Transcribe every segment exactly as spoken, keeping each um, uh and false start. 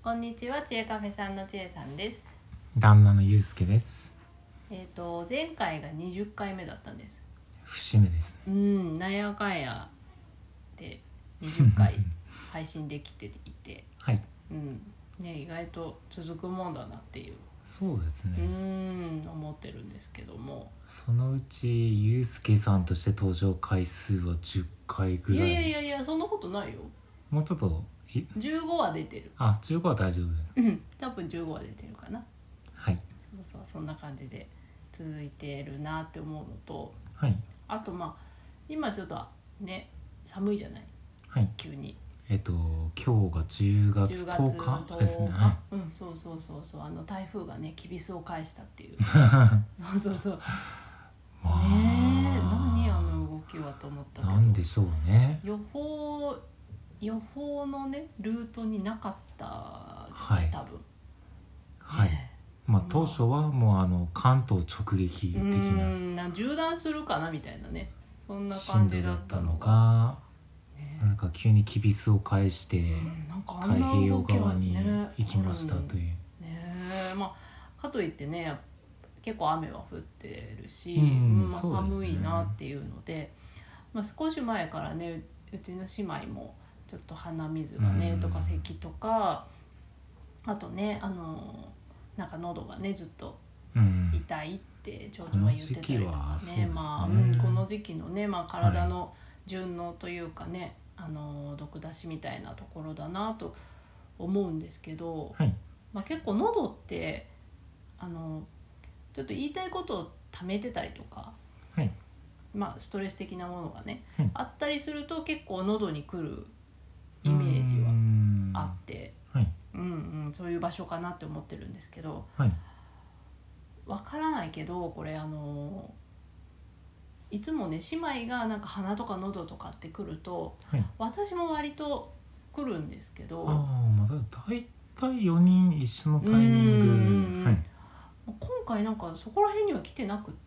こんにちは、ちえカフェさんのちえさんです。 旦那のゆうすけです。 えっ、と前回がにじゅっかいめだったんです。 節目ですね。 うん、なんやかんやでにじゅっかい配信できていて、 はい。 うんね、意外と続くもんだなっていう、 そうですね。 うーん思ってるんですけども、 そのうちゆうすけさんとして登場回数はじゅっかいぐらい。 いやいやいやいや、そんなことないよ。 もうちょっといじゅうごは出てる。 あ、じゅうごは大丈夫です。 うん多分じゅうごは出てるかな。 はいそうそう、そんな感じで続いてるなって思うのと、 はい。 あとまあ今ちょっとね寒いじゃない、 はい。 急にえっと今日がじゅうがつ 10 とお月かとおかですね。はうんそうそうそうそう、あの台風がねきびすを返したっていうい。 そうそうそうわあねえ、何あの動きはと思ったけど、 なんでしょうね。 予報予報のねルートになかったじゃない、 はい多分はい。 ねまあ当初はもうあの関東直撃的うーなんな縦断するかなみたいなね、そんな進路感じだっだったたののが、 が、 ねなんか急にきびすを返してうんなんかあ太んな平洋動きは側にね行きましたという、 ねえ、まあかといってね結構雨は降ってるし、 うんうんまあ、 そうですね寒いなっていうので、まあ、少し前からねうちの姉妹もちょっと鼻水がね、 うんとか咳とか、あとねあのなんか喉がねずっとうん痛いってちょうど言ってたりとかね、まあ、 この時期はそうですねうん、この時期のね、まあ、体の順応というかね、あの毒出しみたいなところだなと思うんですけど、 はいまあ、結構喉ってあのちょっと言いたいことを溜めてたりとか、 はいまあ、ストレス的なものがね、 うんあったりすると結構喉に来るイメージはあって、 はいうんうん、そういう場所かなって思ってるんですけど、 はいわからないけどこれあのいつもね姉妹がなんか鼻とか喉とかって来ると、 はい私も割と来るんですけど、 ああまた大体よにん一緒のタイミンうんうんうんグはい今回なんかそこら辺には来てなくって、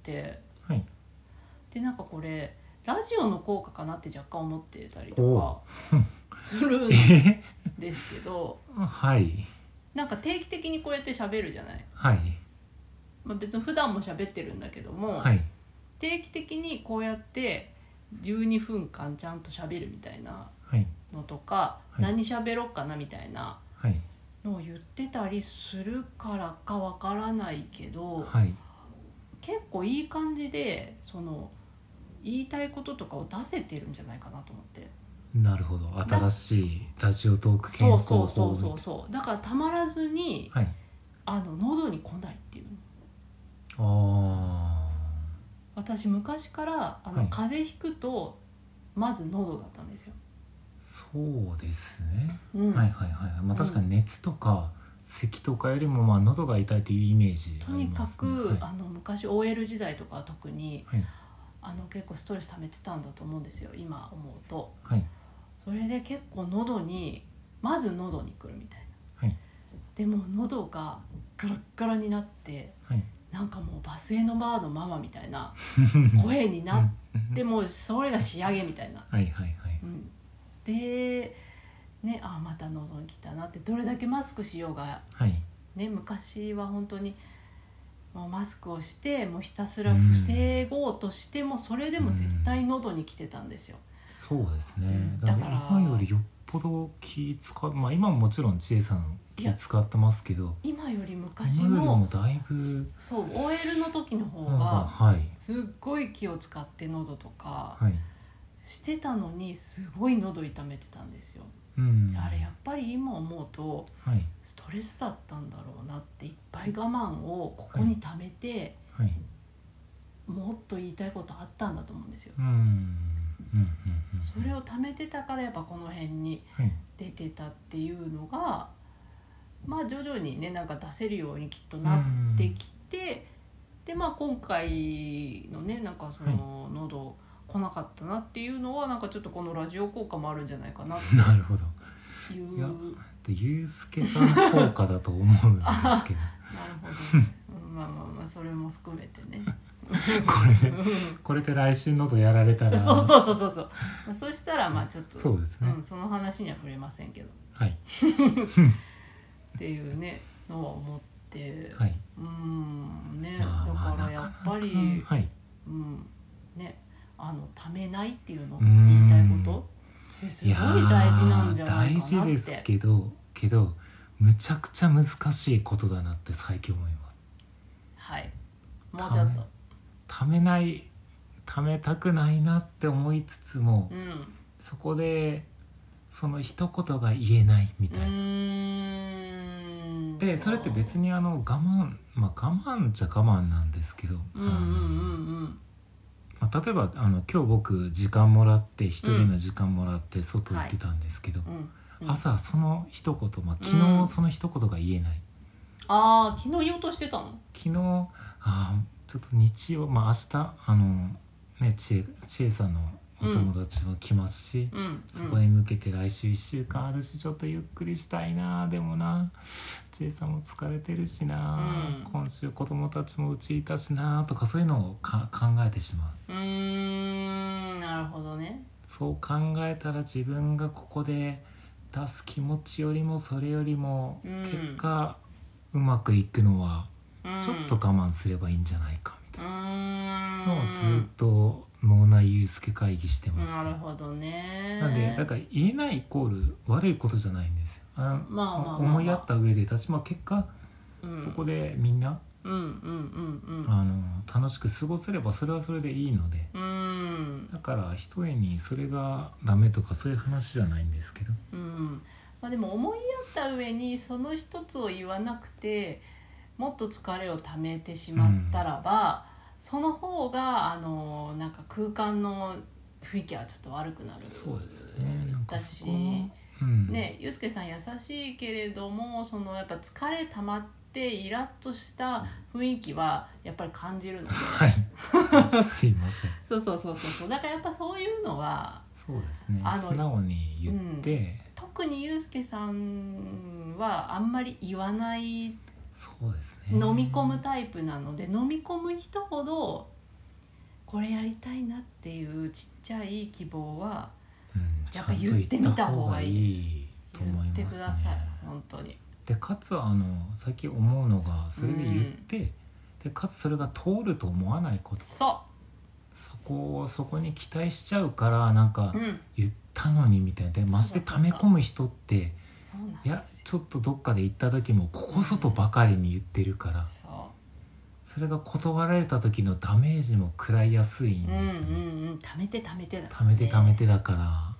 はいでなんかこれラジオの効果かなって若干思ってたりとかするんえですけどはいなんか定期的にこうやって喋るじゃない、 はいまあ、別に普段も喋ってるんだけども、 はい定期的にこうやってじゅうにふんかんちゃんと喋るみたいなはいのとか、 はい何喋ろうかなみたいなはいのを言ってたりするからかわからないけど、 はい結構いい感じでその言いたいこととかを出せてるんじゃないかなと思って。 なるほど、新しいラジオトーク健そう康法そうそうそうそうだからたまらずに、 はいあの喉に来ないっていうの。 あ私昔からあの、 はい風邪ひくとまず喉だったんですよ、 そうですね、 うんはいはいはいまあ確かに熱とか咳とかよりもまあ喉が痛いというイメージとありにかく、 ますね、はいあの昔 オーエル 時代とかは特にはいあの結構ストレス溜めてたんだと思うんですよ今思うと。 はいそれで結構喉にまず喉に来るみたいな、 はいでも喉がガラッガラになってはいなんかもうバスへのバーのママみたいな声になってもうそれが仕上げみたいな、 はいはいはいうん、でねあまた喉に来たなって、どれだけマスクしようがはいね、昔は本当にもうマスクをしてもうひたすら防ごうとしても、それでも絶対喉に来てたんですよ。 そうですね、 うんだかだからら今よりよっぽど気使う、まあ今ももちろん千恵さん気使ってますけど今より昔今よりものだいぶそう オーエル の時の方なんかがはいすっごい気を使って喉とかはいしてたのにすごい喉痛めてたんですよ。 うんあれやっぱり今思うとはいストレスだったんだろうなって、いっぱい我慢をここに溜めて、 はいもっと言いたいことあったんだと思うんですよ。 うんうんうんうんそれを溜めてたからやっぱこの辺にはい出てたっていうのがまあ徐々にねなんか出せるようにきっとなってきて、でまあ今回のねなんかその喉来なかったなっていうのはなんかちょっとこのラジオ効果もあるんじゃないかなってなるほどいういやゆうすけさん効果だと思うんですけどなるほど、うん、まあまあまあそれも含めてねこれこれで来週喉やられたらそうそうそうそうそう、まあ、そしたらまあちょっとそうですね、 うん、その話には触れませんけどはいっていうねのは思って、 はい、 うんね、 まあだまあからやっぱり、 なかなかはい、 うんね、あのためないっていうのうーん言いたいことすごい大事なんじゃないかなって。 いやー大事ですけどけどむちゃくちゃ難しいことだなって最近思います。 はい、もうちょっとためないためたくないなって思いつつも、 うん、 そこでその一言が言えないみたいな、 うーんでそれって別にあの我慢まあ我慢じゃ我慢なんですけど、 うんうんうんうんまあ、例えばあの今日僕時間もらって一人の時間もらって外行ってたんですけど、 うんうん、 朝その一言、まあ、昨うん日その一言が言えない、 ああ昨日言おうとしてたの。 昨日あちょっと日曜まあ明日あのねちえちえさんのお友達も来ますし、 うんうん、 そこに向けて来週いっしゅうかんあるしちょっとゆっくりしたいな、でもなちえさんも疲れてるしな、うん、今週子供たちもうちいたしなとかそういうのをか考えてしまう。 うーんなるほどね。 そう考えたら自分がここで出す気持ちよりもそれよりも結果、うん、うまくいくのはちょっと我慢すればいいんじゃないかみたいなのをずっと脳内ユースケ会議してました。 なるほどね。 なんでだから言えないイコール悪いことじゃないんですよ。あの、まあまあまあまあ、思いやった上で私も結果、うん、そこでみんな、 うんうんうんうん、 あの楽しく過ごせればそれはそれでいいので、 うん、 だから一重にそれがダメとかそういう話じゃないんですけど、 うんまあ、でも思いやった上にその一つを言わなくてもっと疲れをためてしまったらば、うん、その方があのなんか空間の雰囲気はちょっと悪くなる。 そうですね。なんかだし、 うん、 ね、ゆうすけさん優しいけれどもそのやっぱ疲れたまってイラッとした雰囲気はやっぱり感じるので、 はいすいませんそうそうそうそうだからやっぱそういうのはそうですね、素直に言って、うん、 特にゆうすけさんはあんまり言わないそうですね、 飲み込むタイプなので飲み込む人ほどこれやりたいなっていうちっちゃい希望は、うん、やっぱ言ってみた方がいいです。言ってください本当に。 でかつあの最近思うのがそれで言って、うん、でかつそれが通ると思わないこと、 そうそこそこに期待しちゃうからなんか言ったのにみたいなで、うん、まして溜め込む人っていやちょっとどっかで行った時もここぞとばかりに言ってるから、うん、 そうそれが断られた時のダメージも食らいやすいんですよね、うんうんうん、溜めて溜めてだからね、溜めて溜めてだから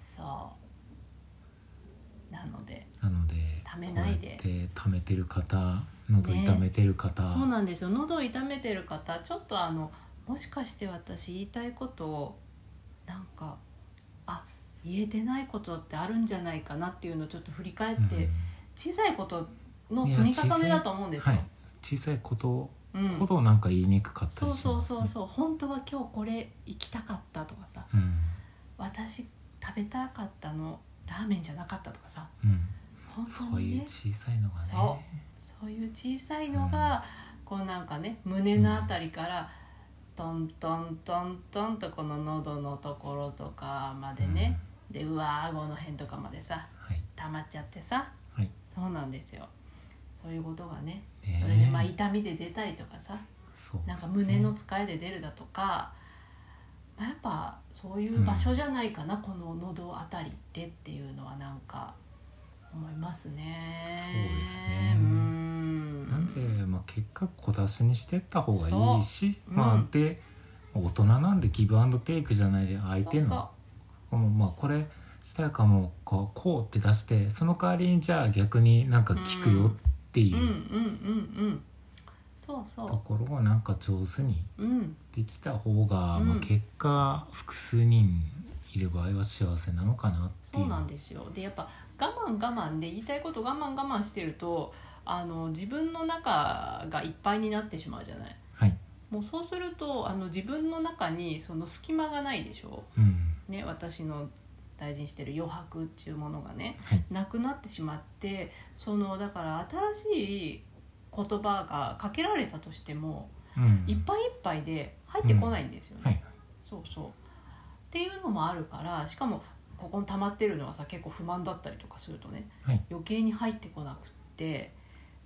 そうなのでなので溜めないでこうやって溜めてる方喉痛めてる方、 ね、そうなんですよ。喉痛めてる方ちょっとあのもしかして私言いたいことをなんかあ言えてないことってあるんじゃないかなっていうのをちょっと振り返って、うん、小さいことの積み重ねだと思うんですよ。 はい、小さいことほどなんか言いにくかったりします、ね、 そうそうそうそう本当は今日これ行きたかったとかさ、うん、私食べたかったのラーメンじゃなかったとかさ、うん、本当にね、 そういう小さいのがねそうそういう小さいのが、うん、こうなんかね胸のあたりから、うんトントントントンとこの喉のところとかまでね、うん、で上顎の辺とかまでさ、はい、溜まっちゃってさ、はい、そうなんですよ。そういうことがね、ねそれでまあ痛みで出たりとかさ、ね、なんか胸の疲れで出るだとか、まあ、やっぱそういう場所じゃないかな、うん、この喉あたりってっていうのはなんか思いますね。 そうですね。うんなんで、まあ、結果小出しにしていった方がいいし、うん、まあで大人なんでギブアンドテイクじゃないで相手のそうそうまあこれしたいかもこう、こうって出してその代わりにじゃあ逆になんか聞くよっていう、うん、うんうんうんうんそうそうところをなんか上手にできた方が、うんまあ、結果複数人いる場合は幸せなのかなっていう。 そうなんですよ。でやっぱ我慢我慢で言いたいこと我慢我慢してるとあの自分の中がいっぱいになってしまうじゃない、はい、もうそうするとあの自分の中にその隙間がないでしょ、うんね、私の大事にしてる余白っていうものがね、はい、なくなってしまってそのだから新しい言葉がかけられたとしても、うん、いっぱいいっぱいで入ってこないんですよね、うんはい、そうそうっていうのもあるからしかもここに溜まってるのはさ結構不満だったりとかするとね、はい、余計に入ってこなくって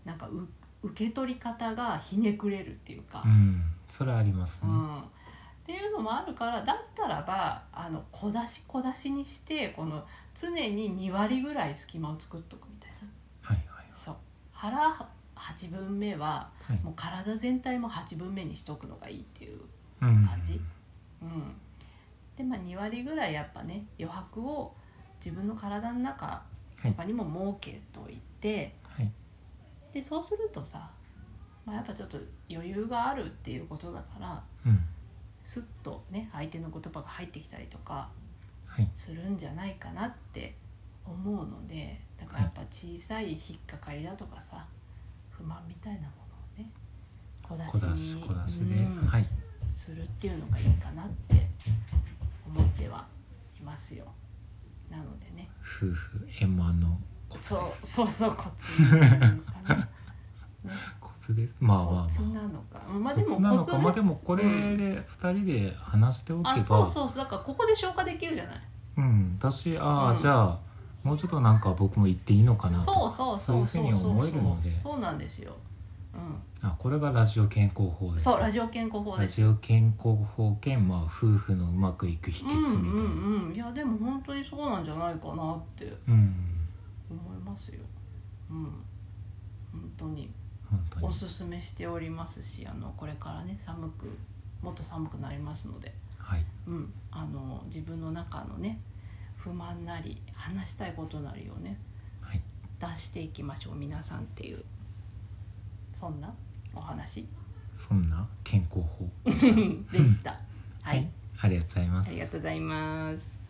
なんかう受け取り方がひねくれるっていうか、 うんそれはありますね、 うんっていうのもあるから、だったらばあの小出し小出しにしてこの常にに割ぐらい隙間を作っとくみたいな。 はいはいそう腹はちぶんめははいもう体全体もはちぶんめにしとくのがいいっていううん感じ、うんでまあ、に割ぐらいやっぱね余白を自分の体の中とかにも設けといて、 はいでそうするとさ、まあ、やっぱちょっと余裕があるっていうことだからうんスッとね相手の言葉が入ってきたりとかはいするんじゃないかなって思うので、だからやっぱ小さい引っかかりだとかさ不満みたいなものをね小小出し出しに小出しで、 うんはいするっていうのがいいかなって思ってはいますよ。なのでね、 夫婦円満のコツそうですそうそうコツなのかな、ね、 コツですまあまあまあコツなのか、まあでもコツなのコツかまあでもこれでふたりで話しておけば、 あそうそうそうだからここで消化できるじゃない。 うん私ああ、 うんじゃあもうちょっとなんか僕も言っていいのかなとかそうそうそうそうそういうふうに思えるのでそうなんですよ。うんあこれがラジオ健康法ですそうラジオ健康法です。 ラジオ健康法兼、まあ、夫婦のうまくいく秘訣みたいな、 うんうんうんいやでも本当にそうなんじゃないかなってうん思いますよ。うん本当に本当におすすめしておりますし、あのこれからね寒くもっと寒くなりますので、 はいうんあの自分の中のね不満なり話したいことなりをねはい出していきましょう皆さんっていうそんなお話そんな健康法でした。はい、 はい、ありがとうございますありがとうございます。